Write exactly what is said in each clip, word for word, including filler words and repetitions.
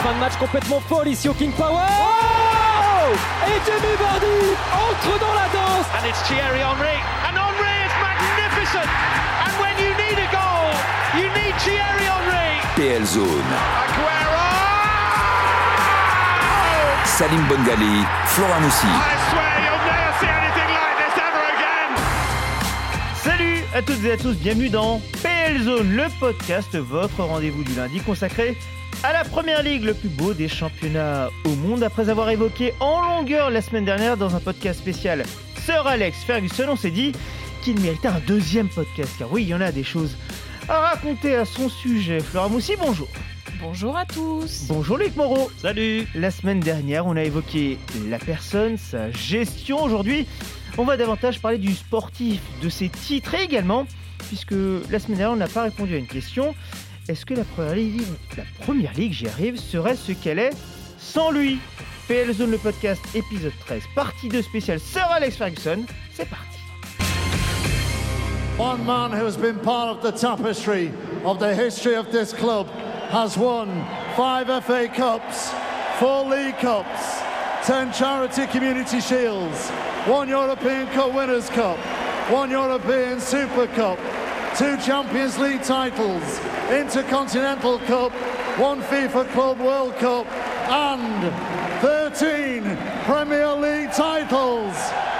fin de match complètement folle ici au King Power. Oh et Jamie Vardy entre dans la danse. And it's Thierry Henry. And Henry is magnificent. And when you need a goal, you need Thierry Henry. P L Zone. Aguero. Salim Bongali, Flora Moussi. I swear you'll never see anything like this ever again. Salut à toutes et à tous, bienvenue dans P L Zone, le podcast, votre rendez-vous du lundi consacré à la Première Ligue, le plus beau des championnats au monde. Après avoir évoqué en longueur la semaine dernière dans un podcast spécial Sir Alex Ferguson, on s'est dit qu'il méritait un deuxième podcast, car oui, il y en a des choses à raconter à son sujet. Flora Moussi, bonjour. Bonjour à tous. Bonjour Luc Moreau. Salut. La semaine dernière, on a évoqué la personne, sa gestion. Aujourd'hui, on va davantage parler du sportif, de ses titres et également, puisque la semaine dernière, on n'a pas répondu à une question. Est-ce que la Première Ligue, la Première Ligue, j'y arrive, serait ce qu'elle est sans lui ? P L Zone, le podcast, épisode treize, partie deux spéciale Sir Alex Ferguson. C'est parti. One man who has been part of the tapestry of the history of this club has won five F A Cups, four League Cups, ten Charity Community Shields, one European Cup Winners' Cup, one European Super Cup, two Champions League titles, Intercontinental Cup, one FIFA Club World Cup, and thirteen Premier League titles.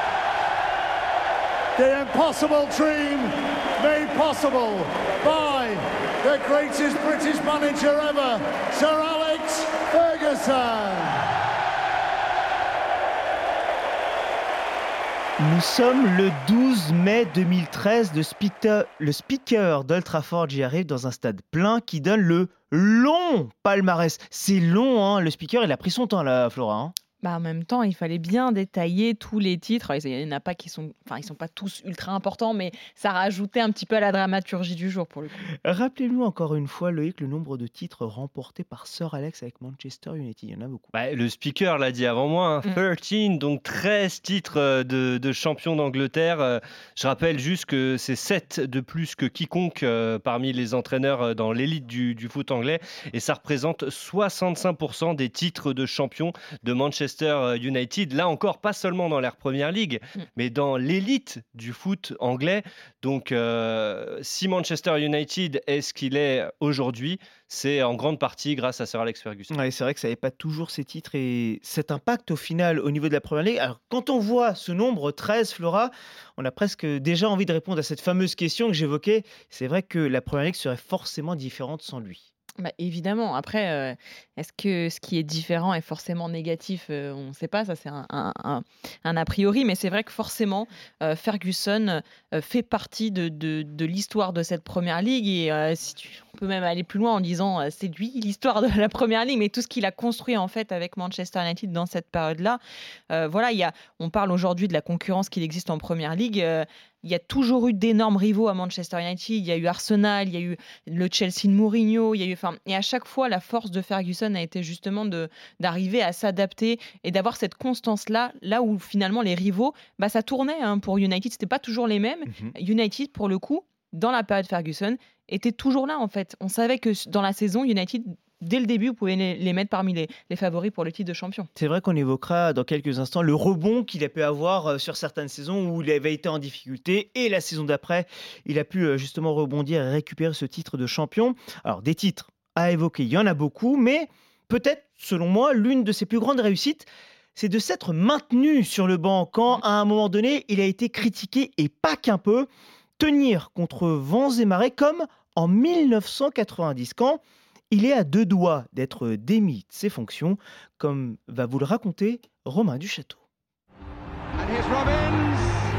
The impossible dream made possible by the greatest British manager ever, Sir Alex Ferguson. Nous sommes le douze mai deux mille treize, le speaker, le speaker d'Old Trafford y arrive dans un stade plein qui donne le long palmarès. C'est long, hein, le speaker, il a pris son temps là, Flora. Hein. Bah en même temps, il fallait bien détailler tous les titres. Il n'y en a pas qui sont, enfin, ils sont pas tous ultra importants, mais ça rajoutait un petit peu à la dramaturgie du jour pour le coup. Rappelez-nous encore une fois, Loïc, le nombre de titres remportés par Sir Alex avec Manchester United. Il y en a beaucoup. Bah, le speaker l'a dit avant moi, hein, Mm. treize, donc treize titres de, de champion d'Angleterre. Je rappelle juste que c'est sept de plus que quiconque euh, parmi les entraîneurs dans l'élite du, du foot anglais. Et ça représente soixante-cinq pour cent des titres de champion de Manchester United. Là encore, pas seulement dans l'ère Première Ligue, Mm. mais dans l'élite du foot anglais. Donc, euh, si Manchester United est ce qu'il est aujourd'hui, c'est en grande partie grâce à Sir Alex Ferguson. Ouais, c'est vrai que ça n'avait pas toujours ces titres et cet impact au final au niveau de la Première Ligue. Alors, quand on voit ce nombre treize, Flora, on a presque déjà envie de répondre à cette fameuse question que j'évoquais. C'est vrai que la Première Ligue serait forcément différente sans lui. Bah, évidemment. Après, euh, est-ce que ce qui est différent est forcément négatif ? Euh, On ne sait pas, ça c'est un, un, un, un a priori, mais c'est vrai que forcément, euh, Ferguson euh, fait partie de, de, de l'histoire de cette Première Ligue et euh, si tu, on peut même aller plus loin en disant euh, c'est lui l'histoire de la Première Ligue, mais tout ce qu'il a construit en fait avec Manchester United dans cette période-là. Euh, voilà, il y a, on parle aujourd'hui de la concurrence qu'il existe en Première Ligue. Euh, Il y a toujours eu d'énormes rivaux à Manchester United. Il y a eu Arsenal, il y a eu le Chelsea de Mourinho. Il y a eu, enfin, et à chaque fois, la force de Ferguson a été justement de, d'arriver à s'adapter et d'avoir cette constance-là, là où finalement les rivaux, bah, ça tournait hein, pour United. C'était pas toujours les mêmes. Mm-hmm. United, pour le coup, dans la période Ferguson, était toujours là en fait. On savait que dans la saison, United, dès le début, vous pouvez les, les mettre parmi les, les favoris pour le titre de champion. C'est vrai qu'on évoquera dans quelques instants le rebond qu'il a pu avoir sur certaines saisons où il avait été en difficulté et la saison d'après, il a pu justement rebondir et récupérer ce titre de champion. Alors des titres à évoquer, il y en a beaucoup, mais peut-être, selon moi, l'une de ses plus grandes réussites, c'est de s'être maintenu sur le banc quand, à un moment donné, il a été critiqué et pas qu'un peu, tenir contre vents et marées comme en dix-neuf cent quatre-vingt-dix quand il est à deux doigts d'être démis de ses fonctions, comme va vous le raconter Romain Duchâteau. And here's Robbins.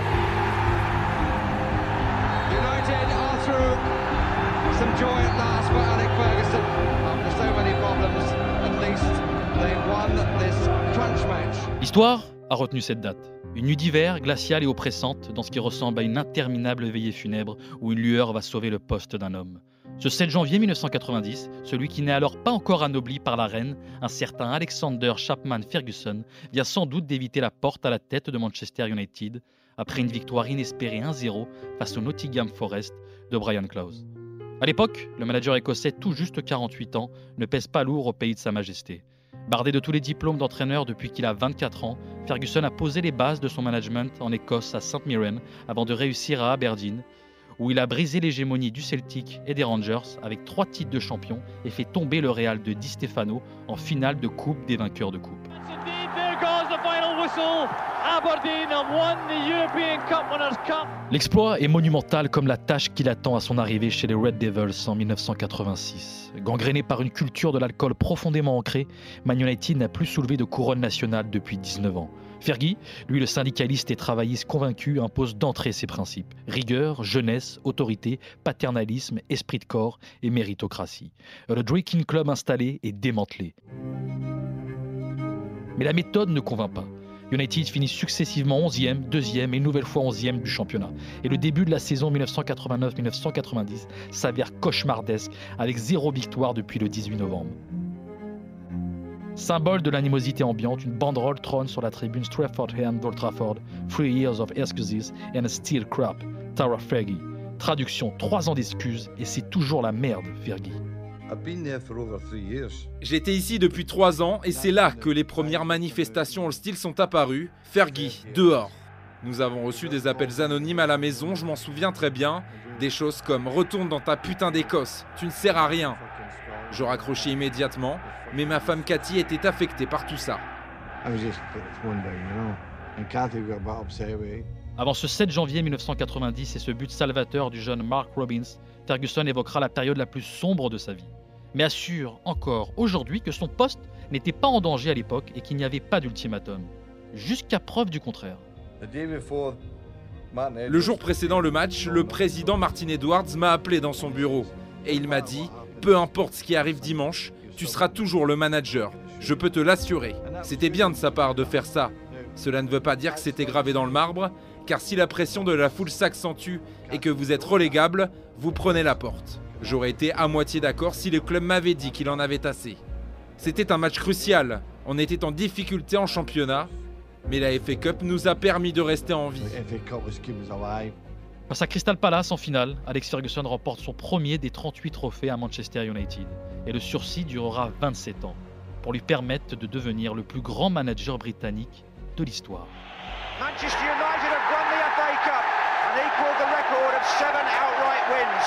United are through. Some joy at last for Alex Ferguson. After so many problems, at least they won this crunch match. L'histoire a retenu cette date. Une nuit d'hiver, glaciale et oppressante, dans ce qui ressemble à une interminable veillée funèbre où une lueur va sauver le poste d'un homme. Ce sept janvier mille neuf cent quatre-vingt-dix, celui qui n'est alors pas encore anobli par la reine, un certain Alexander Chapman Ferguson, vient sans doute d'éviter la porte à la tête de Manchester United après une victoire inespérée un zéro face au Nottingham Forest de Brian Clough. À l'époque, le manager écossais, tout juste quarante-huit ans, ne pèse pas lourd au pays de Sa Majesté. Bardé de tous les diplômes d'entraîneur depuis qu'il a vingt-quatre ans, Ferguson a posé les bases de son management en Écosse à St Mirren avant de réussir à Aberdeen, où il a brisé l'hégémonie du Celtic et des Rangers avec trois titres de champion et fait tomber le Real de Di Stefano en finale de Coupe des vainqueurs de Coupe. L'exploit est monumental comme la tâche qu'il attend à son arrivée chez les Red Devils en dix-neuf cent quatre-vingt-six. Gangréné par une culture de l'alcool profondément ancrée, Man United n'a plus soulevé de couronne nationale depuis dix-neuf ans. Fergie, lui le syndicaliste et travailliste convaincu, impose d'entrée ses principes. Rigueur, jeunesse, autorité, paternalisme, esprit de corps et méritocratie. Le Drinking Club installé est démantelé. Mais la méthode ne convainc pas. United finit successivement onzième, deuxième et une nouvelle fois onzième du championnat. Et le début de la saison dix-neuf cent quatre-vingt-neuf dix-neuf cent quatre-vingt-dix s'avère cauchemardesque avec zéro victoire depuis le dix-huit novembre. Symbole de l'animosité ambiante, une banderole trône sur la tribune Stretford End d'Old Trafford. Three years of excuses and a steel crap. Tara Fergie. Traduction, trois ans d'excuses et c'est toujours la merde, Fergie. J'étais ici depuis trois ans et c'est là que les premières manifestations au style sont apparues. Fergie, dehors. Nous avons reçu des appels anonymes à la maison, je m'en souviens très bien. Des choses comme « Retourne dans ta putain d'Écosse, tu ne sers à rien ». Je raccrochais immédiatement, mais ma femme Cathy était affectée par tout ça. Avant ce sept janvier dix-neuf cent quatre-vingt-dix et ce but salvateur du jeune Mark Robins, Ferguson évoquera la période la plus sombre de sa vie. Mais assure encore aujourd'hui que son poste n'était pas en danger à l'époque et qu'il n'y avait pas d'ultimatum. Jusqu'à preuve du contraire. Le jour précédent le match, le président Martin Edwards m'a appelé dans son bureau et il m'a dit « Peu importe ce qui arrive dimanche, tu seras toujours le manager, je peux te l'assurer ». C'était bien de sa part de faire ça. Cela ne veut pas dire que c'était gravé dans le marbre, car si la pression de la foule s'accentue et que vous êtes relégable, vous prenez la porte. J'aurais été à moitié d'accord si le club m'avait dit qu'il en avait assez. C'était un match crucial, on était en difficulté en championnat, mais la F A Cup nous a permis de rester en vie. Face à Crystal Palace en finale, Alex Ferguson remporte son premier des trente-huit trophées à Manchester United. Et le sursis durera vingt-sept ans, pour lui permettre de devenir le plus grand manager britannique de l'histoire. Manchester United have won the F A Cup and equalled the record of seven outright wins.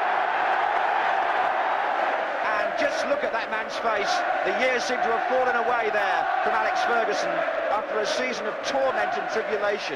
And just look at that man's face. The years seem to have fallen away there from Alex Ferguson after a season of torment and tribulation.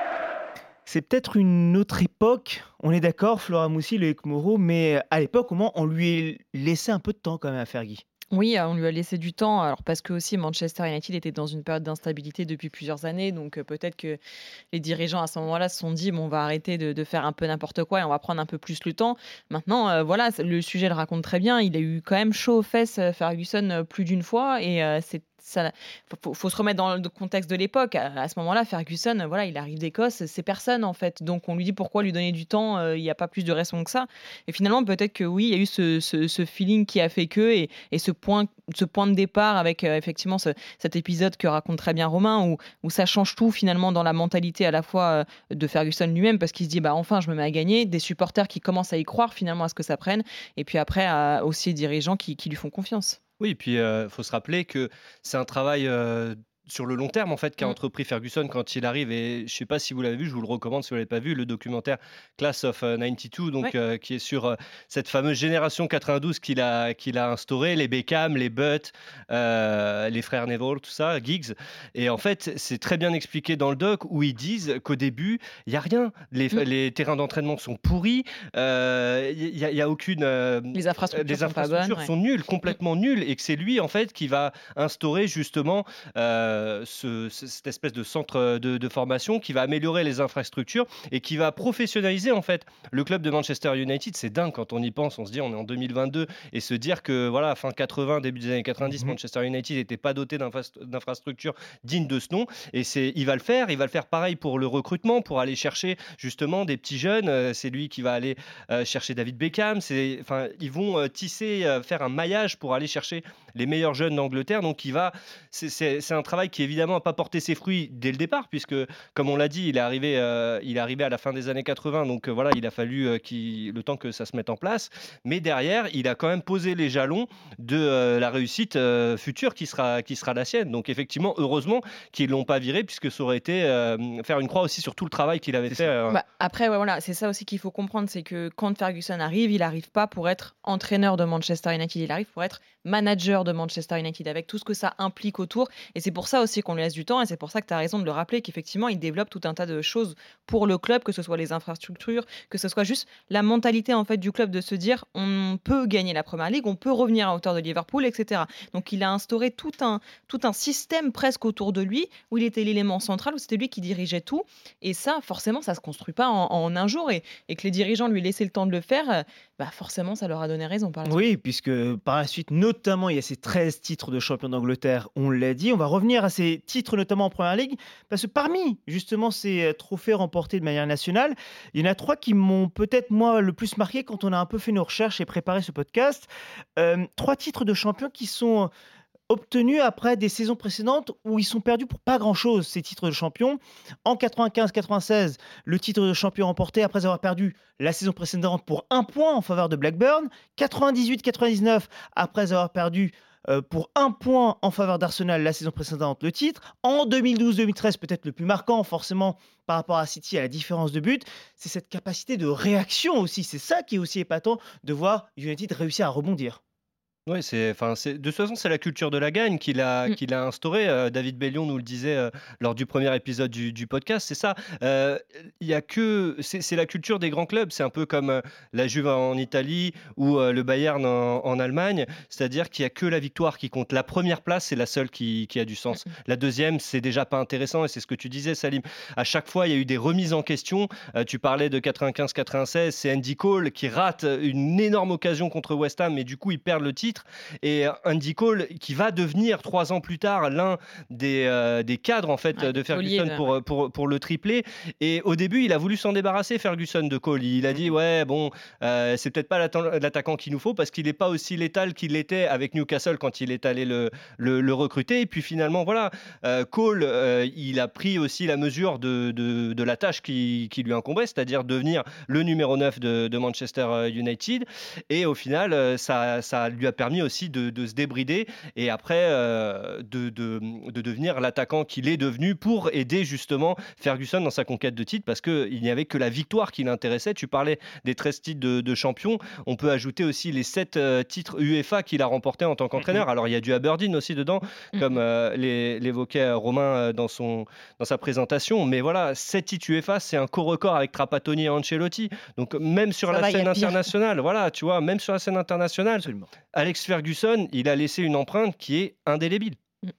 C'est peut-être une autre époque, on est d'accord, Flora Moussi, Loïc Moreau, mais à l'époque, au moins, on lui laissait un peu de temps quand même à Fergie. Oui, on lui a laissé du temps, alors parce que aussi Manchester United était dans une période d'instabilité depuis plusieurs années, donc euh, peut-être que les dirigeants à ce moment-là se sont dit bon, on va arrêter de, de faire un peu n'importe quoi et on va prendre un peu plus le temps. Maintenant, euh, voilà, le sujet le raconte très bien. Il a eu quand même chaud aux fesses Ferguson euh, plus d'une fois et euh, c'est ça, faut, faut se remettre dans le contexte de l'époque. À, à ce moment-là, Ferguson, voilà, il arrive d'Écosse, c'est personne en fait. Donc on lui dit pourquoi lui donner du temps, euh, il n'y a pas plus de raison que ça. Et finalement, peut-être que oui, il y a eu ce, ce, ce feeling qui a fait que et, et ce point, ce point de départ avec euh, effectivement ce, cet épisode que raconte très bien Romain, où, où ça change tout finalement dans la mentalité à la fois euh, de Ferguson lui-même, parce qu'il se dit bah enfin je me mets à gagner, des supporters qui commencent à y croire finalement à ce que ça prenne, et puis après à, aussi les dirigeants qui, qui lui font confiance. Oui, et puis il euh, faut se rappeler que c'est un travail euh, sur le long terme en fait qu'a Mm. entrepris Ferguson quand il arrive. Et je sais pas si vous l'avez vu, je vous le recommande si vous l'avez pas vu, le documentaire Class of euh, quatre-vingt-deux, donc Ouais. euh, qui est sur euh, cette fameuse génération quatre-vingt-douze qu'il a qu'il a instauré, les Beckham, les Butt, euh, les frères Neville, tout ça, Giggs. Et en fait, c'est très bien expliqué dans le doc où ils disent qu'au début, il y a rien, les, Mm. les terrains d'entraînement sont pourris, euh, il y, a- il y a aucune euh, Les infrastructures les sont pas infrastructures bonnes, ouais. sont nulles, complètement nulles, et que c'est lui en fait qui va instaurer justement euh, ce- ce- cette espèce de centre de, de formation qui va améliorer les infrastructures et qui va professionnaliser en fait le club de Manchester United. C'est dingue quand on y pense, on se dit on est en deux mille vingt-deux et se dire que voilà, fin quatre-vingts, début des années quatre-vingt-dix, Mhm. Manchester United n'était pas doté d'infra- d'infrastructures dignes de ce nom, et c'est, il va le faire, il va le faire pareil pour le recrutement, pour aller chercher justement des petits jeunes. Euh, c'est lui qui va aller euh, chercher David Beckham. C'est, enfin, ils vont euh, tisser, euh, faire un maillage pour aller chercher les meilleurs jeunes d'Angleterre. Donc, il va, c'est, c'est, c'est un travail travail qui évidemment n'a pas porté ses fruits dès le départ, puisque comme on l'a dit, il est arrivé, euh, il est arrivé à la fin des années quatre-vingts, donc euh, voilà, il a fallu euh, qu'il, le temps que ça se mette en place. Mais derrière, il a quand même posé les jalons de euh, la réussite euh, future qui sera, qui sera la sienne. Donc effectivement, heureusement qu'ils l'ont pas viré, puisque ça aurait été euh, faire une croix aussi sur tout le travail qu'il avait fait. Euh... Bah, après, ouais, voilà, c'est ça aussi qu'il faut comprendre, c'est que quand Ferguson arrive, il n'arrive pas pour être entraîneur de Manchester United, il arrive pour être manager de Manchester United, avec tout ce que ça implique autour. Et c'est pour ça aussi qu'on lui laisse du temps, et c'est pour ça que tu as raison de le rappeler, qu'effectivement, il développe tout un tas de choses pour le club, que ce soit les infrastructures, que ce soit juste la mentalité en fait du club de se dire on peut gagner la Premier League, on peut revenir à hauteur de Liverpool, et cetera. Donc il a instauré tout un, tout un système presque autour de lui, où il était l'élément central, où c'était lui qui dirigeait tout. Et ça, forcément, ça ne se construit pas en, en un jour, et, et que les dirigeants lui laissaient le temps de le faire, bah forcément, ça leur a donné raison par la suite. Oui, puisque par la suite, notamment, il y a ces treize titres de champion d'Angleterre, on l'a dit. On va revenir à ces titres, notamment en Première Ligue, parce que parmi, justement, ces trophées remportés de manière nationale, il y en a trois qui m'ont peut-être, moi, le plus marqué quand on a un peu fait nos recherches et préparé ce podcast. Euh, trois titres de champion qui sont obtenus après des saisons précédentes où ils sont perdus pour pas grand-chose, ces titres de champion. En quatre-vingt-quinze quatre-vingt-seize, le titre de champion remporté après avoir perdu la saison précédente pour un point en faveur de Blackburn. quatre-vingt-dix-huit quatre-vingt-dix-neuf, après avoir perdu euh, pour un point en faveur d'Arsenal la saison précédente, le titre. En deux mille douze deux mille treize, peut-être le plus marquant forcément par rapport à City, à la différence de but, c'est cette capacité de réaction aussi. C'est ça qui est aussi épatant, de voir United réussir à rebondir. Oui, c'est, enfin, c'est, de toute façon, c'est la culture de la gagne qu'il a, Mm. qu'il a instaurée. Euh, David Bellion nous le disait euh, lors du premier épisode du, du podcast. C'est ça. Euh, Il y a que, c'est, c'est la culture des grands clubs. C'est un peu comme euh, la Juve en Italie ou euh, le Bayern en, en Allemagne. C'est-à-dire qu'il y a que la victoire qui compte. La première place, c'est la seule qui, qui a du sens. Mm. La deuxième, c'est déjà pas intéressant. Et c'est ce que tu disais, Salim. À chaque fois, il y a eu des remises en question. Euh, tu parlais de quatre-vingt-quinze quatre-vingt-seize. C'est Andy Cole qui rate une énorme occasion contre West Ham, et du coup, ils perdent le titre. Et Andy Cole qui va devenir trois ans plus tard l'un des, euh, des cadres en fait Ouais, de Ferguson Olive, pour, ouais. pour, pour le triplé. Et au début, il a voulu s'en débarrasser, Ferguson, de Cole. Il a dit ouais bon, euh, c'est peut-être pas l'atta- l'attaquant qu'il nous faut, parce qu'il n'est pas aussi létal qu'il l'était avec Newcastle quand il est allé le, le, le recruter. Et puis finalement voilà, euh, Cole euh, il a pris aussi la mesure de, de, de la tâche qui, qui lui incombait, c'est-à-dire devenir le numéro neuf de, de Manchester United. Et au final, euh, ça, ça lui a permis aussi De, de se débrider et après euh, de, de, de devenir l'attaquant qu'il est devenu pour aider justement Ferguson dans sa conquête de titres, parce qu'il n'y avait que la victoire qui l'intéressait. Tu parlais des treize titres de, de champion, on peut ajouter aussi les sept euh, titres UEFA qu'il a remportés en tant qu'entraîneur. Mm-hmm. Alors il y a du Aberdeen aussi dedans, mm-hmm. comme euh, les, l'évoquait Romain euh, dans, son, dans sa présentation, mais voilà, sept titres UEFA, c'est un co-record avec Trapattoni et Ancelotti, donc même sur Ça la va, scène internationale, voilà, tu vois, même sur la scène internationale, Absolument. Alex Ferguson, il a laissé une empreinte qui est indélébile.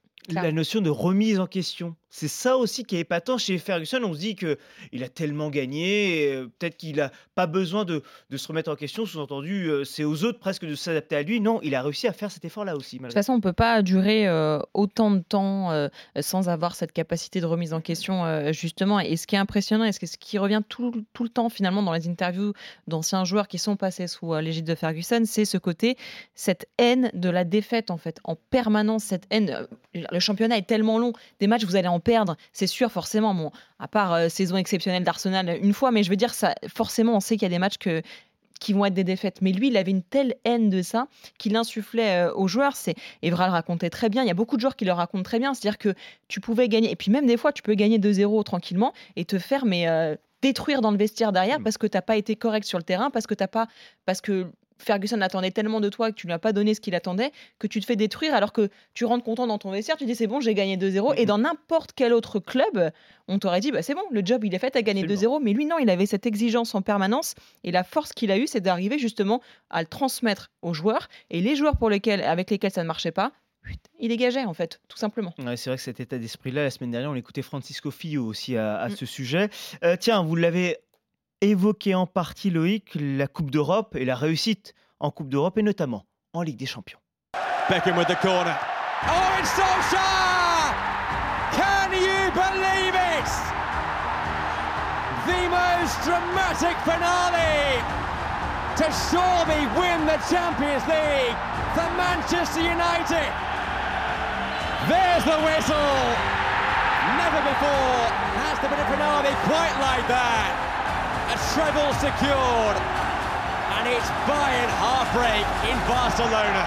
La notion de remise en question, c'est ça aussi qui est épatant chez Ferguson. On se dit qu'il a tellement gagné, et, euh, peut-être qu'il n'a pas besoin de, de se remettre en question. Sous-entendu, euh, c'est aux autres presque de s'adapter à lui. Non, il a réussi à faire cet effort-là aussi. De toute façon, on ne peut pas durer euh, autant de temps euh, sans avoir cette capacité de remise en question, euh, justement. Et ce qui est impressionnant, et ce qui, ce qui revient tout, tout le temps, finalement, dans les interviews d'anciens joueurs qui sont passés sous euh, l'égide de Ferguson, c'est ce côté, cette haine de la défaite, en fait, en permanence, cette haine. Euh, le championnat est tellement long, des matchs, vous allez en perdre, c'est sûr, forcément. Bon, à part euh, saison exceptionnelle d'Arsenal une fois, mais je veux dire, ça, forcément, on sait qu'il y a des matchs que qui vont être des défaites. Mais lui, il avait une telle haine de ça qu'il insufflait euh, aux joueurs. C'est... Evra le racontait très bien. Il y a beaucoup de joueurs qui le racontent très bien. C'est-à-dire que tu pouvais gagner, et puis même des fois, tu peux gagner deux zéro tranquillement et te faire mais, euh, détruire dans le vestiaire derrière parce que tu n'as pas été correct sur le terrain, parce que t'as pas... parce que Ferguson attendait tellement de toi que tu ne lui as pas donné ce qu'il attendait, que tu te fais détruire alors que tu rentres content dans ton vestiaire, tu dis c'est bon, j'ai gagné deux zéro. Et dans n'importe quel autre club, on t'aurait dit bah, c'est bon, le job il est fait, tu as gagné deux zéro. Mais lui, non, il avait cette exigence en permanence. Et la force qu'il a eue, c'est d'arriver justement à le transmettre aux joueurs. Et les joueurs pour lesquels, avec lesquels ça ne marchait pas, il dégageait en fait, tout simplement. Ouais, c'est vrai que cet état d'esprit-là, la semaine dernière, on écoutait Francisco Filho aussi à, à mm. ce sujet. Euh, tiens, vous l'avez évoqué en partie, Loïc, la Coupe d'Europe et la réussite en Coupe d'Europe et notamment en Ligue des Champions. Beckham with the corner. Oh, it's Solskjaer! Can you believe it? The most dramatic finale to surely win the Champions League for Manchester United. There's the whistle. Never before has there been a finale quite like that. A treble secured, and it's Bayern heartbreak in Barcelona.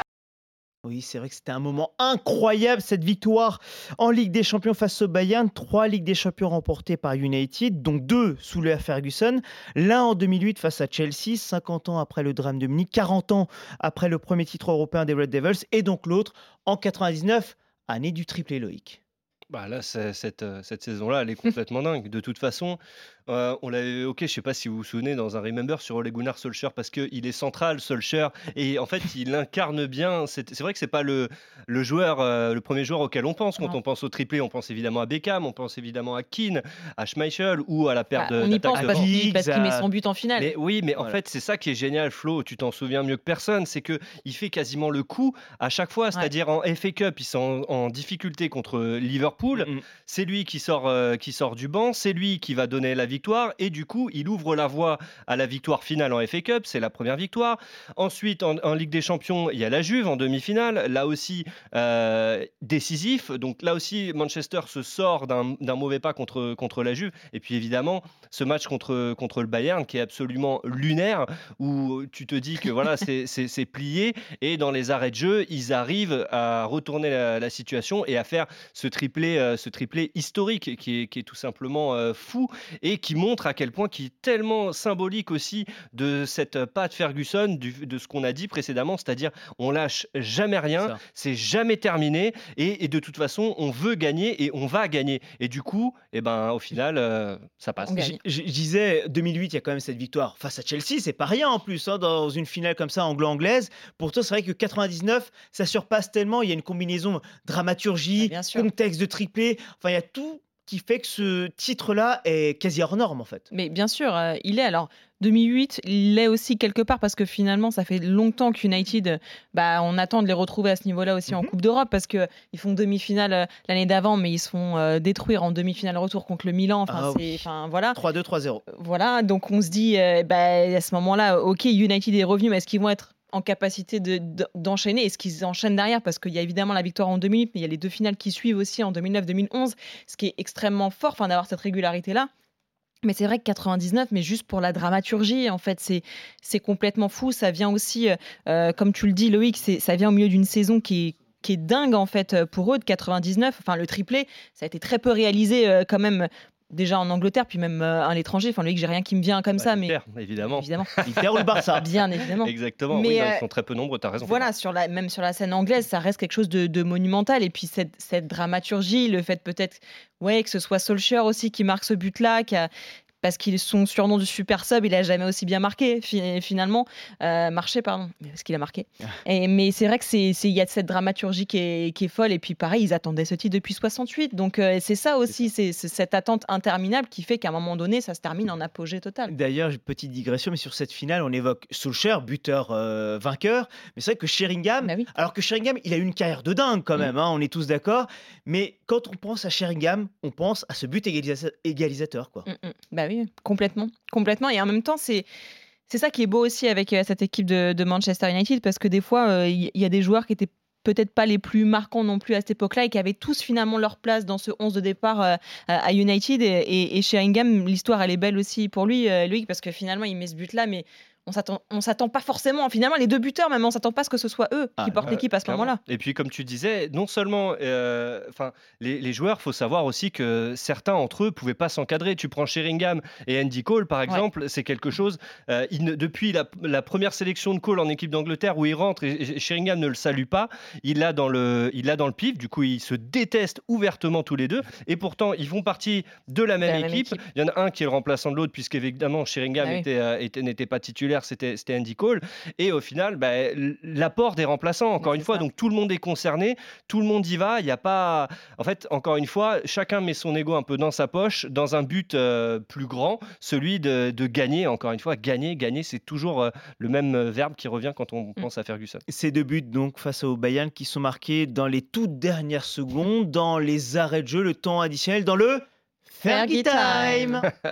Oui, c'est vrai que c'était un moment incroyable, cette victoire en Ligue des Champions face au Bayern. Trois Ligues des Champions remportées par United, dont deux sous l'ère Ferguson. L'un en deux mille huit face à Chelsea, cinquante ans après le drame de Munich, quarante ans après le premier titre européen des Red Devils. Et donc l'autre en quatre-vingt-dix-neuf, année du triplé, Loïc. Bah là, c'est- cette, euh, cette saison-là, elle est complètement dingue. De toute façon, euh, on l'avait évoqué, je sais pas si vous vous souvenez, dans un Remember sur Ole Gunnar Solskjaer, parce qu'il est central, Solskjaer, et en fait, il incarne bien. C'est c'est vrai que c'est pas le, le joueur, euh, le premier joueur auquel on pense. Quand Non. on pense au triplé, on pense évidemment à Beckham, on pense évidemment à Keane, à Schmeichel ou à la paire Bah, de on y d'attaque pense devant. parce qu'il parce qu'il met à- son but en finale. Mais oui, mais en Voilà. fait, c'est ça qui est génial, Flo. Tu t'en souviens mieux que personne. C'est que il fait quasiment le coup à chaque fois. C'est-à-dire en F A Cup, ils sont en, en difficulté contre Liverpool. Mm, mm. C'est lui qui sort, euh, qui sort du banc. C'est lui qui va donner la victoire. Et du coup, il ouvre la voie à la victoire finale en F A Cup. C'est la première victoire. Ensuite, en, en Ligue des Champions, il y a la Juve en demi-finale. Là aussi, euh, décisif. Donc là aussi, Manchester se sort d'un d'un mauvais pas contre, contre la Juve. Et puis évidemment, ce match contre, contre le Bayern qui est absolument lunaire, où tu te dis que voilà, c'est- c'est c'est plié. Et dans les arrêts de jeu, ils arrivent à retourner la, la situation et à faire ce triplé, euh, ce triplé historique qui est, qui est tout simplement euh, fou et qui montre à quel point, qui est tellement symbolique aussi de cette patte Ferguson, du- de ce qu'on a dit précédemment, c'est-à-dire on lâche jamais rien, Ça. c'est jamais terminé et, et de toute façon on veut gagner et on va gagner. Et du coup, eh ben, au final, euh, ça passe. On gagne. Je, je- je disais, deux mille huit, il y a quand même cette victoire face à Chelsea, c'est pas rien en plus, hein, dans une finale comme ça anglo-anglaise. Pourtant, c'est vrai que quatre-vingt-dix-neuf, ça surpasse tellement, il y a une combinaison dramaturgie, Ah, bien sûr. contexte de triplé, enfin, il y a tout qui fait que ce titre-là est quasi hors norme en fait. Mais bien sûr, euh, il est. Alors, deux mille huit, il l'est aussi quelque part parce que finalement, ça fait longtemps qu'United, bah, on attend de les retrouver à ce niveau-là aussi en Mhm. Coupe d'Europe parce qu'ils font demi-finale euh, l'année d'avant, mais ils se font euh, détruire en demi-finale retour contre le Milan. Enfin, Ah c'est, oui. enfin, voilà. trois deux, trois zéro. Voilà, donc on se dit, euh, bah, à ce moment-là, ok, United est revenu, mais est-ce qu'ils vont être en capacité de- de- d'enchaîner? Est-ce qu'ils enchaînent derrière? Parce qu'il y a évidemment la victoire en deux mille, mais il y a les deux finales qui suivent aussi en deux mille neuf deux mille onze, ce qui est extrêmement fort, enfin, d'avoir cette régularité-là. Mais c'est vrai que quatre-vingt-dix-neuf, mais juste pour la dramaturgie, en fait, c'est c'est complètement fou. Ça vient aussi, euh, comme tu le dis, Loïc, c'est- ça vient au milieu d'une saison qui est qui est dingue en fait pour eux de quatre-vingt-dix-neuf. Enfin, le triplé, ça a été très peu réalisé euh, quand même. Déjà en Angleterre, puis même euh, à l'étranger. Enfin, Loïc, j'ai rien qui me vient comme Bah, ça, mais l'Inter, évidemment. évidemment, L'Inter ou le Barça. bien évidemment. Exactement. Mais, oui, non, euh, ils sont très peu nombreux, tu as raison. Voilà, sur la, même sur la scène anglaise, ça reste quelque chose de, de monumental. Et puis cette, cette dramaturgie, le fait peut-être ouais, que ce soit Solskjaer aussi qui marque ce but-là, qui a- parce qu'il son surnom du super sub, il a jamais aussi bien marqué fi- finalement, euh, marché pardon, mais parce qu'il a marqué. Et, mais c'est vrai que c'est c'est- il y a cette dramaturgie qui est, qui est folle. Et puis pareil, ils attendaient ce titre depuis soixante-huit, donc euh, c'est ça aussi, c'est c'est cette attente interminable qui fait qu'à un moment donné, ça se termine en apogée totale. D'ailleurs, j'ai une petite digression, mais sur cette finale, on évoque Solskjaer, buteur euh, vainqueur. Mais c'est vrai que Sheringham, Bah oui. alors que Sheringham, il a eu une carrière de dingue quand Mm. même, hein, on est tous d'accord. Mais quand on pense à Sheringham, on pense à ce but égalisa- égalisateur. Quoi. Mm, mm. Bah oui, complètement, complètement. Et en même temps, c'est c'est ça qui est beau aussi avec euh, cette équipe de, de Manchester United, parce que des fois, euh, il y, y a des joueurs qui étaient peut-être pas les plus marquants non plus à cette époque-là et qui avaient tous finalement leur place dans ce onze de départ euh, à United. Et, et, et Sheringham, l'histoire, elle est belle aussi pour lui, euh, Loïc, parce que finalement, il met ce but-là, mais on s'attend, on s'attend pas forcément. Finalement, les deux buteurs, même, on s'attend pas à ce que ce soit eux Ah, qui portent Euh, l'équipe à ce clairement. moment-là. Et puis, comme tu disais, non seulement, euh, enfin, les, les joueurs, faut savoir aussi que certains entre eux pouvaient pas s'encadrer. Tu prends Sheringham et Andy Cole, par exemple, c'est quelque chose. euh, il ne- depuis la, la première sélection de Cole en équipe d'Angleterre où il rentre et, et Sheringham ne le salue pas, il l'a dans le, il l'a dans le pif. Du coup, ils se détestent ouvertement tous les deux. Et pourtant, ils font partie de la même, la même équipe. équipe. Il y en a un qui est le remplaçant de l'autre, puisqu'évidemment Sheringham Ah oui. était, euh, était- n'était pas titulaire, c'était, c'était Andy Cole. Et au final, bah, l- l'apport des remplaçants, encore C'est une fois, ça. donc tout le monde est concerné, tout le monde y va. Il n'y a pas. En fait, encore une fois, chacun met son ego un peu dans sa poche, dans un but euh, plus grand, celui de, de gagner. Encore une fois, gagner, gagner, c'est toujours euh, le même euh, verbe qui revient quand on pense à Ferguson. Ces deux buts donc face au Bayern qui sont marqués dans les toutes dernières secondes, dans les arrêts de jeu, le temps additionnel, dans le Fergie Fergie Time. Time.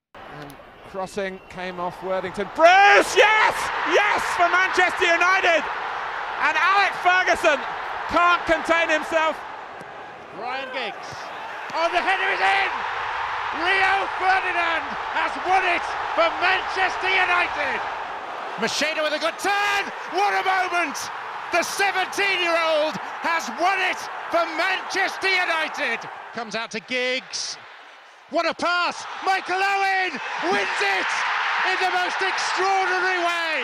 Crossing came off Worthington. Bruce, yes! Yes for Manchester United! And Alex Ferguson can't contain himself. Ryan Giggs. Oh, the header is in! Rio Ferdinand has won it for Manchester United! Macheda with a good turn! What a moment! The seventeen-year-old has won it for Manchester United! Comes out to Giggs. What a pass! Michael Owen wins it in the most extraordinary way!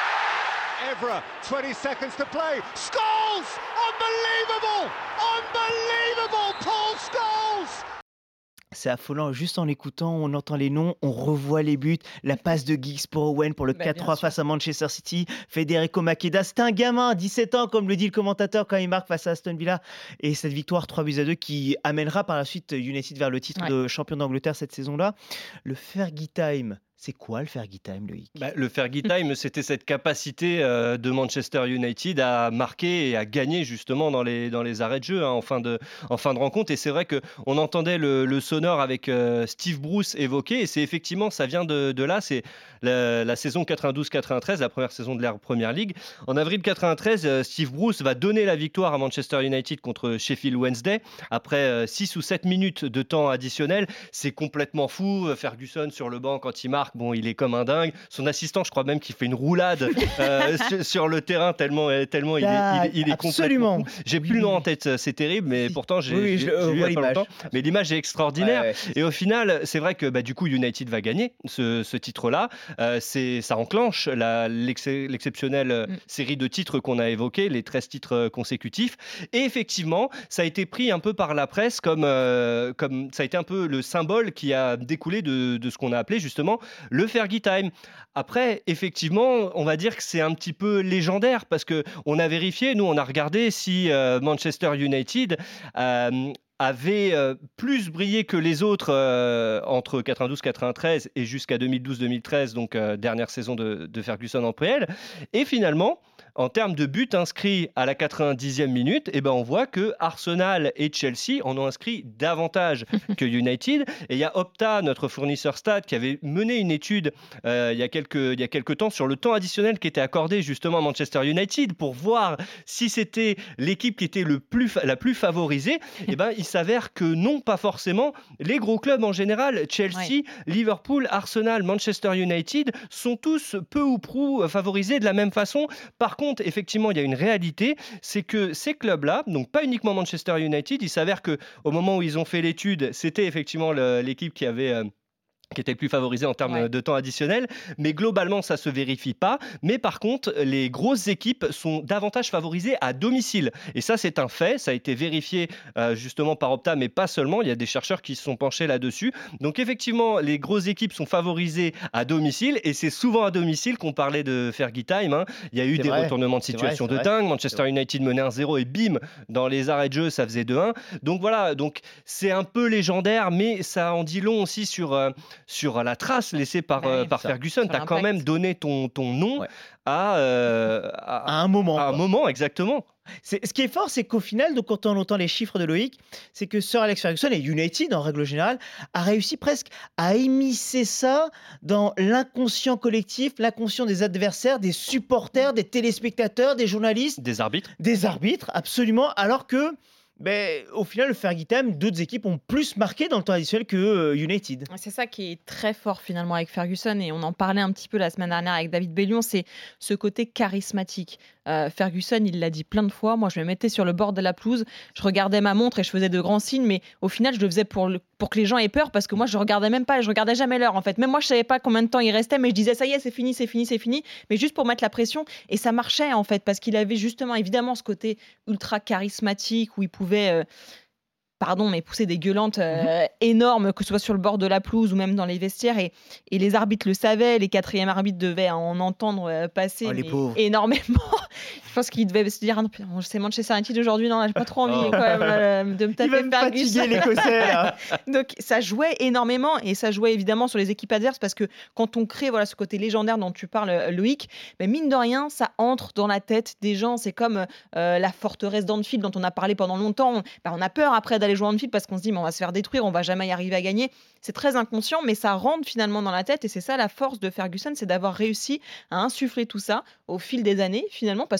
Evra, twenty seconds to play. Scholes! Unbelievable! Unbelievable! Paul Scholes! C'est affolant, juste en l'écoutant, on entend les noms, on revoit les buts, la passe de Giggs pour Owen pour le Bah, quatre bien trois sûr. face à Manchester City, Federico Makeda, c'est un gamin, dix-sept ans comme le dit le commentateur quand il marque face à Aston Villa, et cette victoire trois buts à deux qui amènera par la suite United vers le titre Ouais. de champion d'Angleterre cette saison-là. Le Fergie Time, c'est quoi le Fergie Time, Loïc? Bah, le Fergie Time, c'était cette capacité euh, de Manchester United à marquer et à gagner justement dans les, dans les arrêts de jeu hein, en, fin de, en fin de rencontre. Et c'est vrai qu'on entendait le, le sonore avec euh, Steve Bruce évoqué. Et c'est effectivement, ça vient de, de là. C'est la, la saison quatre-vingt-douze quatre-vingt-treize, la première saison de l'ère Première Ligue. En avril quatre-vingt-treize, euh, Steve Bruce va donner la victoire à Manchester United contre Sheffield Wednesday. Après six ou sept minutes de temps additionnel, c'est complètement fou. Ferguson sur le banc quand il marque, bon, il est comme un dingue. Son assistant, je crois même qu'il fait une roulade euh, sur, sur le terrain tellement, tellement il est, il, est- il est Absolument. complètement fou. J'ai plus le nom en tête, c'est terrible, mais pourtant j'ai, Oui, j'ai- je- euh, j'ai lu il y a vois pas l'image. longtemps. Mais l'image est extraordinaire. Ouais, ouais. Et au final, c'est vrai que bah, du coup, United va gagner ce, ce titre-là. Euh, c'est, ça enclenche la, l'exce- l'exceptionnelle euh, Mm. série de titres qu'on a évoqués, les treize titres euh, consécutifs. Et effectivement, ça a été pris un peu par la presse comme, euh, comme ça a été un peu le symbole qui a découlé de, de ce qu'on a appelé justement le Fergie Time. Après, effectivement, on va dire que c'est un petit peu légendaire parce que on a vérifié, nous, on a regardé si euh, Manchester United euh, avait euh, plus brillé que les autres euh, entre quatre-vingt-douze quatre-vingt-treize et jusqu'à deux mille douze deux mille treize, donc euh, dernière saison de, de Ferguson en P L. Et finalement, en termes de buts inscrits à la quatre-vingt-dixième minute, eh ben on voit que Arsenal et Chelsea en ont inscrit davantage que United. Et il y a Opta, notre fournisseur Stade, qui avait mené une étude euh, il, y a quelques, il y a quelques temps sur le temps additionnel qui était accordé justement à Manchester United pour voir si c'était l'équipe qui était le plus, la plus favorisée. Et ben, il s'avère que non, pas forcément. Les gros clubs en général, Chelsea, Ouais. Liverpool, Arsenal, Manchester United, sont tous peu ou prou favorisés de la même façon. Par contre, effectivement, il y a une réalité, c'est que ces clubs-là, donc pas uniquement Manchester United, il s'avère que au moment où ils ont fait l'étude, c'était effectivement le- l'équipe qui avait euh, qui était le plus favorisé en termes Ouais. de temps additionnel, mais globalement ça se vérifie pas. Mais par contre, les grosses équipes sont davantage favorisées à domicile, et ça c'est un fait, ça a été vérifié euh, justement par Opta, mais pas seulement. Il y a des chercheurs qui se sont penchés là-dessus. Donc effectivement, les grosses équipes sont favorisées à domicile, et c'est souvent à domicile qu'on parlait de Fergie Time. hein. Il y a eu C'est des vrai. retournements de C'est situation vrai, de c'est vrai. dingue. Manchester C'est vrai. United menait un zéro et bim, dans les arrêts de jeu, ça faisait deux un. Donc voilà, donc c'est un peu légendaire, mais ça en dit long aussi sur euh, sur la trace laissée par, Bah euh, oui, par ça. Ferguson. Sur Tu as quand l'impact. même donné ton, ton nom Ouais. à, euh, à, À un moment. à un quoi. moment, exactement. C'est- ce qui est fort, c'est qu'au final, donc, quand on entend les chiffres de Loïc, c'est que Sir Alex Ferguson et United, en règle générale, a réussi presque à émisser ça dans l'inconscient collectif, l'inconscient des adversaires, des supporters, des téléspectateurs, des journalistes, Des arbitres. des arbitres, absolument, alors que, ben, au final, le Fergie Time, d'autres équipes ont plus marqué dans le temps additionnel que euh, United. C'est ça qui est très fort finalement avec Ferguson, et on en parlait un petit peu la semaine dernière avec David Bellion, c'est ce côté charismatique. Euh, Ferguson, il l'a dit plein de fois, moi je me mettais sur le bord de la pelouse, je regardais ma montre et je faisais de grands signes, mais au final je le faisais pour, le- pour que les gens aient peur, parce que moi je regardais même pas, je regardais jamais l'heure en fait. Même moi je savais pas combien de temps il restait, mais je disais ça y est, c'est fini, c'est fini, c'est fini, mais juste pour mettre la pression, et ça marchait en fait, parce qu'il avait justement évidemment ce côté ultra charismatique où il pouvait... euh, pardon, mais pousser des gueulantes euh, énormes, que ce soit sur le bord de la pelouse ou même dans les vestiaires. Et, et les arbitres le savaient, les quatrièmes arbitres devaient en entendre euh, passer Oh, les mais pauvres. énormément. Je pense qu'ils devaient se dire, ah non, putain, c'est Manchester United aujourd'hui, non, j'ai pas trop envie Oh. quand même, là, de me Il taper va me Ferguson. fatiguer, l'Écossais, là. Donc ça jouait énormément, et ça jouait évidemment sur les équipes adverses, parce que quand on crée voilà, ce côté légendaire dont tu parles, euh, Loïc, mais mine de rien, ça entre dans la tête des gens. C'est comme euh, la forteresse d'Anfield dont on a parlé pendant longtemps. On, bah, on a peur après d'aller jouer à Anfield parce qu'on se dit mais on va se faire détruire, on va jamais y arriver à gagner. C'est très inconscient, mais ça rentre finalement dans la tête, et c'est ça la force de Ferguson, c'est d'avoir réussi à insuffler tout ça au fil des années finalement, parce que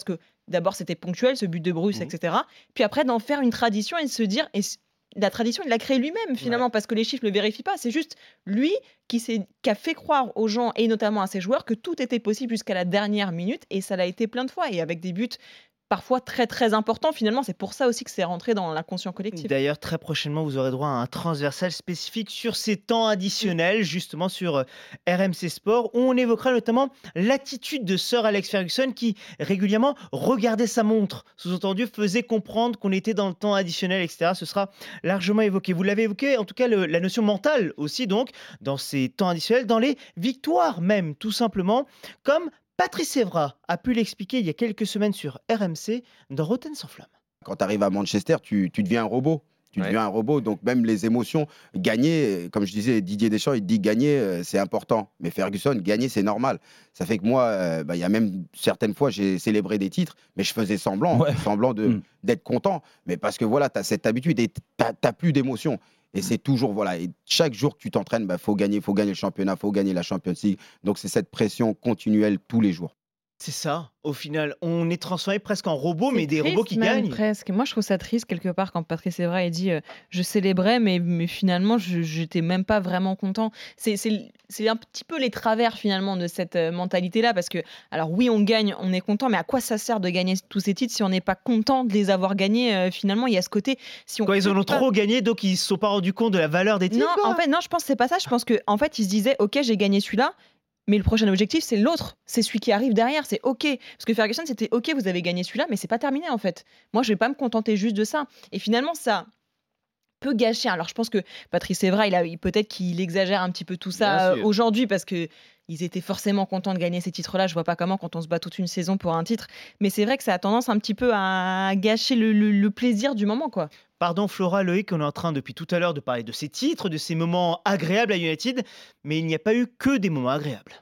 d'abord c'était ponctuel, ce but de Bruce, mmh. et cetera. Puis après d'en faire une tradition et de se dire... Et la tradition, il l'a créée lui-même finalement, ouais. parce que les chiffres ne le vérifient pas. C'est juste lui qui, s'est, qui a fait croire aux gens, et notamment à ses joueurs, que tout était possible jusqu'à la dernière minute, et ça l'a été plein de fois, et avec des buts parfois très très importants. Finalement, c'est pour ça aussi que c'est rentré dans l'inconscient collectif. D'ailleurs, très prochainement, vous aurez droit à un transversal spécifique sur ces temps additionnels, mmh. justement sur R M C Sport, où on évoquera notamment l'attitude de Sir Alex Ferguson qui régulièrement regardait sa montre, sous-entendu faisait comprendre qu'on était dans le temps additionnel, et cetera. Ce sera largement évoqué. Vous l'avez évoqué, en tout cas le, la notion mentale aussi, donc, dans ces temps additionnels, dans les victoires même, tout simplement, comme Patrice Evra a pu l'expliquer il y a quelques semaines sur R M C dans Rotten sans flamme. Quand tu arrives à Manchester, tu, tu deviens un robot. Tu ouais. deviens un robot, donc même les émotions, gagner, comme je disais, Didier Deschamps, il te dit gagner, euh, c'est important. Mais Ferguson, gagner, c'est normal. Ça fait que moi, il euh, bah, y a même certaines fois, j'ai célébré des titres, mais je faisais semblant, ouais. semblant de, mm. d'être content. Mais parce que voilà, tu as cette habitude et tu n'as plus d'émotions. Et c'est toujours, voilà, et chaque jour que tu t'entraînes, il bah, faut gagner, il faut gagner le championnat, il faut gagner la Champions League. Donc c'est cette pression continuelle tous les jours. C'est ça, au final, on est transformé presque en robots, c'est mais des robots qui même gagnent. Presque. Moi, je trouve ça triste quelque part quand Patrice Evra a dit euh, je célébrais, mais, mais finalement, je n'étais même pas vraiment content. C'est, c'est, c'est un petit peu les travers finalement de cette euh, mentalité-là, parce que, alors oui, on gagne, on est content, mais à quoi ça sert de gagner tous ces titres si on n'est pas content de les avoir gagnés euh, finalement, il y a ce côté. Si on Quoi, ils en ont pas... trop gagné, donc ils ne se sont pas rendus compte de la valeur des titres. Non, quoi. en fait, non, je pense que c'est pas ça. Je pense qu'en en fait, ils se disaient ok, j'ai gagné celui-là. Mais le prochain objectif, c'est l'autre. C'est celui qui arrive derrière. C'est OK. Parce que Ferguson, c'était OK, vous avez gagné celui-là, mais c'est pas terminé, en fait. Moi, je vais pas me contenter juste de ça. Et finalement, ça peut gâcher. Alors, je pense que Patrice Evra, il a, peut-être qu'il exagère un petit peu tout ça euh, aujourd'hui, parce que ils étaient forcément contents de gagner ces titres-là. Je vois pas comment quand on se bat toute une saison pour un titre. Mais c'est vrai que ça a tendance un petit peu à gâcher le, le, le plaisir du moment, quoi. Pardon Flora, Loïc, on est en train depuis tout à l'heure de parler de ces titres, de ces moments agréables à United, mais il n'y a pas eu que des moments agréables.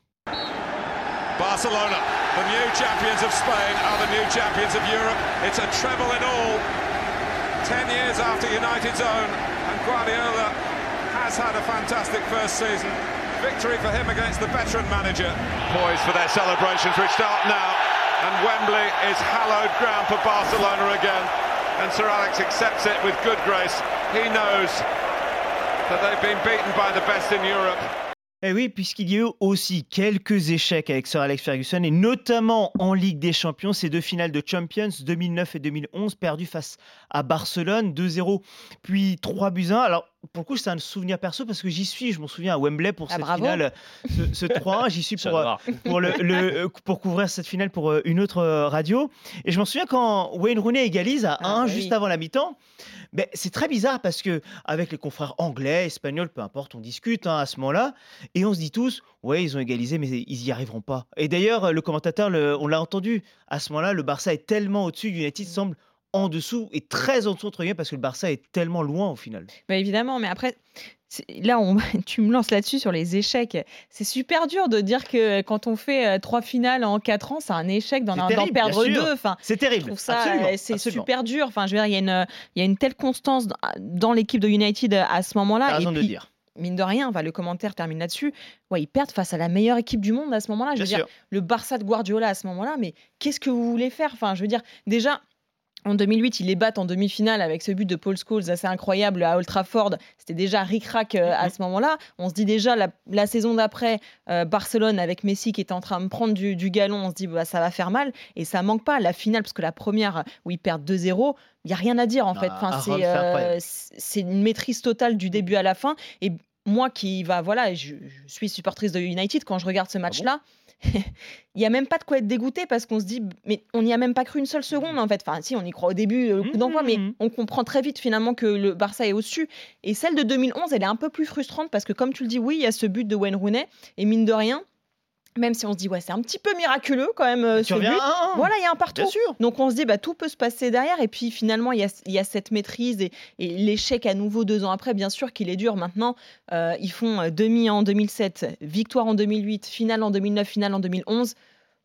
Barcelona, the new champions of Spain, are the new champions of Europe. It's a treble in all. Ten years after United's own, and Guardiola has had a fantastic first season. Victory for him against the veteran manager. Poised for their celebrations, which start now, and Wembley is hallowed ground for Barcelona again. And Sir Alex accepts it with good grace. He knows that they've been beaten by the best in Europe. Eh oui, puisqu'il y a eu aussi quelques échecs avec Sir Alex Ferguson, et notamment en Ligue des Champions, ces deux finales de Champions deux mille neuf et deux mille onze perdues face à Barcelone, deux zéro, puis trois buts à un. Alors, pour le coup, c'est un souvenir perso parce que j'y suis, je m'en souviens à Wembley pour ah, cette bravo. finale, ce, ce trois un, j'y suis pour, pour, le, le, pour couvrir cette finale pour une autre radio. Et je m'en souviens quand Wayne Rooney égalise à un ah, juste oui. avant la mi-temps. Ben, c'est très bizarre parce que avec les confrères anglais, espagnols, peu importe, on discute hein, à ce moment-là et on se dit tous, ouais, ils ont égalisé, mais ils y arriveront pas. Et d'ailleurs, le commentateur, le, on l'a entendu, à ce moment-là, le Barça est tellement au-dessus, United semble en dessous et très en dessous entre guillemets parce que le Barça est tellement loin au final. Bah évidemment, mais après, là, on, tu me lances là-dessus sur les échecs. C'est super dur de dire que quand on fait euh, trois finales en quatre ans, c'est un échec d'en, terrible, d'en perdre deux. Enfin, c'est terrible. Je trouve ça, absolument, euh, c'est absolument. super dur. Enfin, je veux dire, il y a une, il y a une telle constance dans, dans l'équipe de United à ce moment-là. T'as raison et de puis, le dire. Mine de rien, enfin, le commentaire termine là-dessus. Ouais, ils perdent face à la meilleure équipe du monde à ce moment-là. Je veux Bien dire, sûr. le Barça de Guardiola à ce moment-là, mais qu'est-ce que vous voulez faire? Enfin, je veux dire, déjà. En deux mille huit, ils les battent en demi-finale avec ce but de Paul Scholes assez incroyable à Old Trafford. C'était déjà ric-rac euh, à ce moment-là. On se dit déjà, la, la saison d'après, euh, Barcelone avec Messi qui était en train de prendre du, du galon, on se dit bah, ça va faire mal. Et ça manque pas. La finale, parce que la première où ils perdent deux zéro, il n'y a rien à dire en non, fait. Enfin, c'est, euh, c'est une maîtrise totale du début à la fin. Et moi qui va, voilà, je, je suis supportrice de United, quand je regarde ce match-là, il n'y a même pas de quoi être dégoûté parce qu'on se dit, mais on n'y a même pas cru une seule seconde en fait. Enfin, si, on y croit au début, le coup d'envoi, mais on comprend très vite finalement que le Barça est au-dessus. Et celle de deux mille onze, elle est un peu plus frustrante parce que, comme tu le dis, oui, il y a ce but de Wayne Rooney et mine de rien, même si on se dit, ouais, c'est un petit peu miraculeux quand même, euh, ce but. Un, un. Voilà, il y a un partout. Donc on se dit, bah, tout peut se passer derrière. Et puis finalement, il y a, y a cette maîtrise et, et l'échec à nouveau deux ans après, bien sûr qu'il est dur. Maintenant, euh, ils font demi en deux mille sept, victoire en deux mille huit, finale en deux mille neuf, finale en deux mille onze.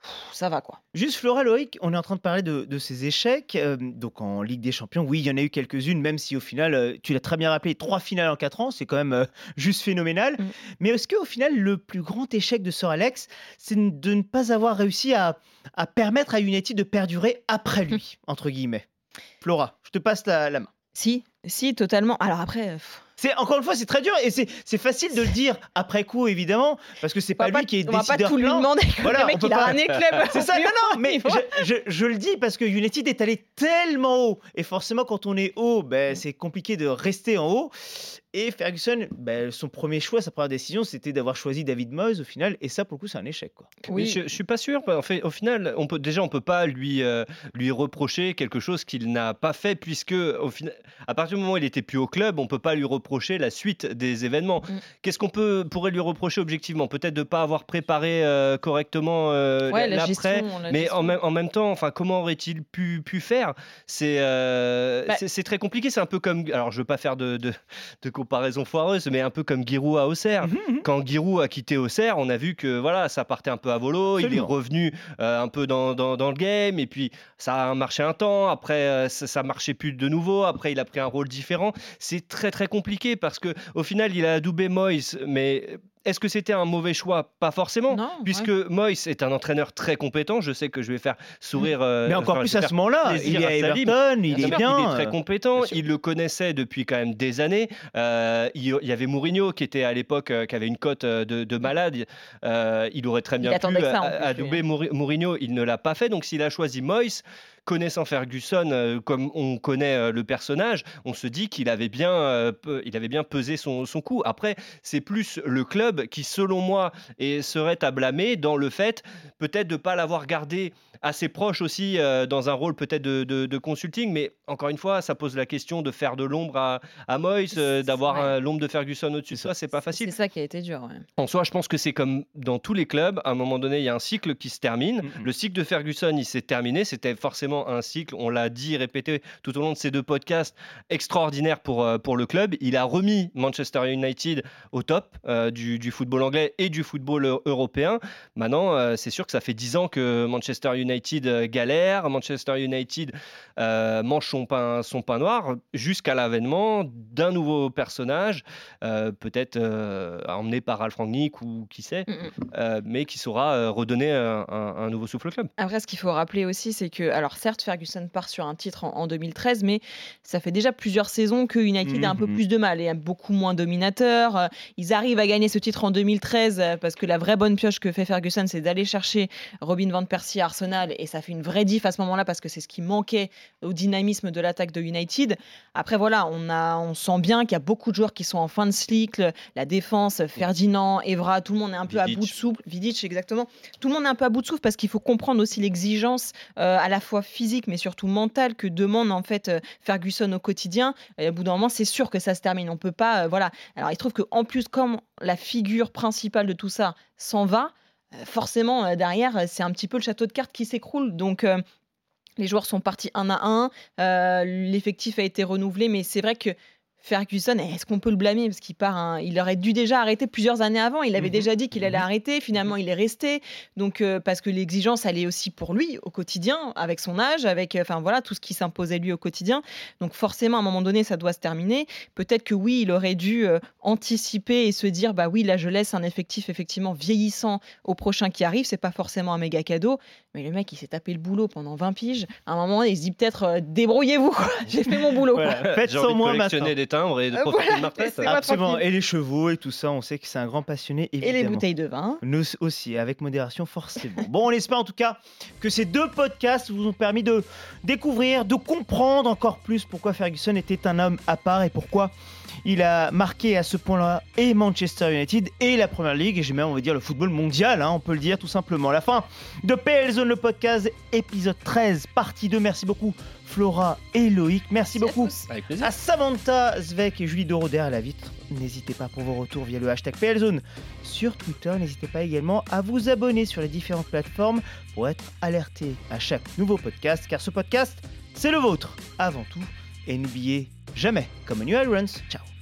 ça va quoi. Juste Flora, Loïc, on est en train de parler de, de ces échecs. euh, donc en Ligue des Champions, oui, il y en a eu quelques-unes, même si au final, euh, tu l'as très bien rappelé, trois finales en quatre ans, c'est quand même euh, juste phénoménal. Mm. Mais est-ce qu'au final, le plus grand échec de Sir Alex, c'est de ne pas avoir réussi à, à permettre à United de perdurer après lui, entre guillemets? Flora, je te passe la, la main. Si, si, totalement. Alors après... pff, C'est, encore une fois, c'est très dur et c'est, c'est facile de le dire après coup, évidemment, parce que c'est on pas va lui qui est on va pas décideur tout lui plein. demander. Comme Voilà, le on mec, peut il a pas- ramené le club. C'est ça, non, non, mais Il faut- je, je- je le dis parce que United est allé tellement haut. Et forcément, quand on est haut, ben, c'est compliqué de rester en haut. Et Ferguson, ben, son premier choix, sa première décision, c'était d'avoir choisi David Moyes au final. Et ça, pour le coup, c'est un échec, quoi. Mais je, je suis pas sûr. En fait, au final, on peut déjà on peut pas lui euh, lui reprocher quelque chose qu'il n'a pas fait, puisque au final, à partir du moment où il était plus au club, on peut pas lui reprocher la suite des événements. Mm. Qu'est-ce qu'on peut pourrait lui reprocher objectivement? Peut-être de pas avoir préparé euh, correctement euh, Ouais, la l'après, gestion, la mais gestion. en même en même temps, enfin, comment aurait-il pu pu faire? C'est euh, Bah- c'est c'est très compliqué. C'est un peu comme, alors je veux pas faire de de, de comparaison foireuse, mais un peu comme Giroud à Auxerre. Mhm, mhm. Quand Giroud a quitté Auxerre, on a vu que voilà, ça partait un peu à volo. Il est Absolument. revenu euh, un peu dans, dans, dans le game, et puis ça a marché un temps. Après, euh, ça, ça marchait plus de nouveau. Après, il a pris un rôle différent. C'est très très compliqué parce que au final, il a adoubé Moyes, mais est-ce que c'était un mauvais choix? Pas forcément, Non, puisque ouais. Moyes est un entraîneur très compétent. Je sais que je vais faire sourire. euh, Mais encore enfin, plus je vais à faire ce moment-là. plaisir Il est à à Salim. Everton, il Bien est sûr, bien. il est très euh, compétent, bien sûr. il le connaissait depuis quand même des années. Euh, il il y avait Mourinho qui était à l'époque, euh, qui avait une cote euh, de, de malade. Euh, il aurait très Il bien pu attendait que ça, en a- plus, lui, adouber Mouri- Mourinho, il ne l'a pas fait. Donc s'il a choisi Moyes, connaissant Ferguson euh, comme on connaît euh, le personnage, on se dit qu'il avait bien, euh, pe- il avait bien pesé son, son coup. Après, c'est plus le club qui, selon moi, est, serait à blâmer dans le fait peut-être de ne pas l'avoir gardé assez proche aussi euh, dans un rôle peut-être de, de- de consulting. Mais encore une fois, ça pose la question de faire de l'ombre à, à Moyes, euh, d'avoir Ouais. euh, l'ombre de Ferguson au-dessus de soi, c'est pas facile. C'est ça qui a été dur. Ouais. En soi, je pense que c'est comme dans tous les clubs. À un moment donné, il y a un cycle qui se termine. Mhm. Le cycle de Ferguson, il s'est terminé. C'était forcément un cycle, on l'a dit et répété tout au long de ces deux podcasts, extraordinaire pour, euh, pour le club. Il a remis Manchester United au top euh, du, du football anglais et du football euh, européen. Maintenant, euh, c'est sûr que ça fait dix ans que Manchester United euh, galère. Manchester United euh, mange son pain, son pain noir jusqu'à l'avènement d'un nouveau personnage, euh, peut-être euh, emmené par Ralf Rangnick ou qui sait, Mm, mm. euh, mais qui saura euh, redonner un, un- un nouveau souffle au club. Après, ce qu'il faut rappeler aussi, c'est que, alors certes, Ferguson part sur un titre en, en deux mille treize, mais ça fait déjà plusieurs saisons que United a un peu Mhm. plus de mal et est beaucoup moins dominateur. Euh, Ils arrivent à gagner ce titre en deux mille treize euh, parce que la vraie bonne pioche que fait Ferguson, c'est d'aller chercher Robin van Persie à Arsenal et ça fait une vraie diff à ce moment-là parce que c'est ce qui manquait au dynamisme de l'attaque de United. Après, voilà, on, a, on sent bien qu'il y a beaucoup de joueurs qui sont en fin de cycle. La défense, Ferdinand, Evra, tout le monde est un peu à Vidic. bout de souffle. Vidic, exactement. Tout le monde est un peu à bout de souffle parce qu'il faut comprendre aussi l'exigence euh, à la fois physique mais surtout mentale que demande en fait euh, Ferguson au quotidien. Et au bout d'un moment, c'est sûr que ça se termine. On peut pas, euh, voilà. Alors il trouve que en plus, comme la figure principale de tout ça s'en va, euh, forcément euh, derrière, euh, c'est un petit peu le château de cartes qui s'écroule. Donc euh, les joueurs sont partis un à un. Euh, l'effectif a été renouvelé, mais c'est vrai que Ferguson, est-ce qu'on peut le blâmer parce qu'il part, un- il aurait dû déjà arrêter plusieurs années avant. Il avait Mhm. déjà dit qu'il allait Mhm. arrêter. Finalement, il est resté. Donc, euh, parce que l'exigence, elle est aussi pour lui au quotidien, avec son âge, avec, euh, enfin voilà, tout ce qui s'imposait lui au quotidien. Donc, forcément, à un moment donné, ça doit se terminer. Peut-être que oui, il aurait dû euh, anticiper et se dire, bah oui, là, je laisse un effectif effectivement vieillissant au prochain qui arrive. C'est pas forcément un méga cadeau, mais le mec, il s'est tapé le boulot pendant vingt piges. À un moment, il se dit peut-être, euh, débrouillez-vous. quoi. J'ai fait mon boulot. quoi. Voilà, faites J'ai sans envie de moi collectionner maintenant. des timbres et de Euh, profiter voilà, de ma retraite. c'est moi Absolument. tranquille. Et les chevaux et tout ça, on sait que c'est un grand passionné, Et évidemment. les bouteilles de vin. Nous aussi, avec modération, forcément. Bon, on espère en tout cas que ces deux podcasts vous ont permis de découvrir, de comprendre encore plus pourquoi Ferguson était un homme à part et pourquoi il a marqué à ce point-là et Manchester United et la Première Ligue, et j'ai même envie de dire le football mondial, hein, on peut le dire tout simplement. La fin de P L Zone, le podcast, épisode treize, partie deux. Merci beaucoup Flora et Loïc. Merci beaucoup Avec plaisir. à Samantha Zvek et Julie Doroder à la vitre. N'hésitez pas pour vos retours via le hashtag P L Zone sur Twitter. N'hésitez pas également à vous abonner sur les différentes plateformes pour être alerté à chaque nouveau podcast, car ce podcast, c'est le vôtre avant tout. Et n'oubliez jamais, comme a New Irons, ciao.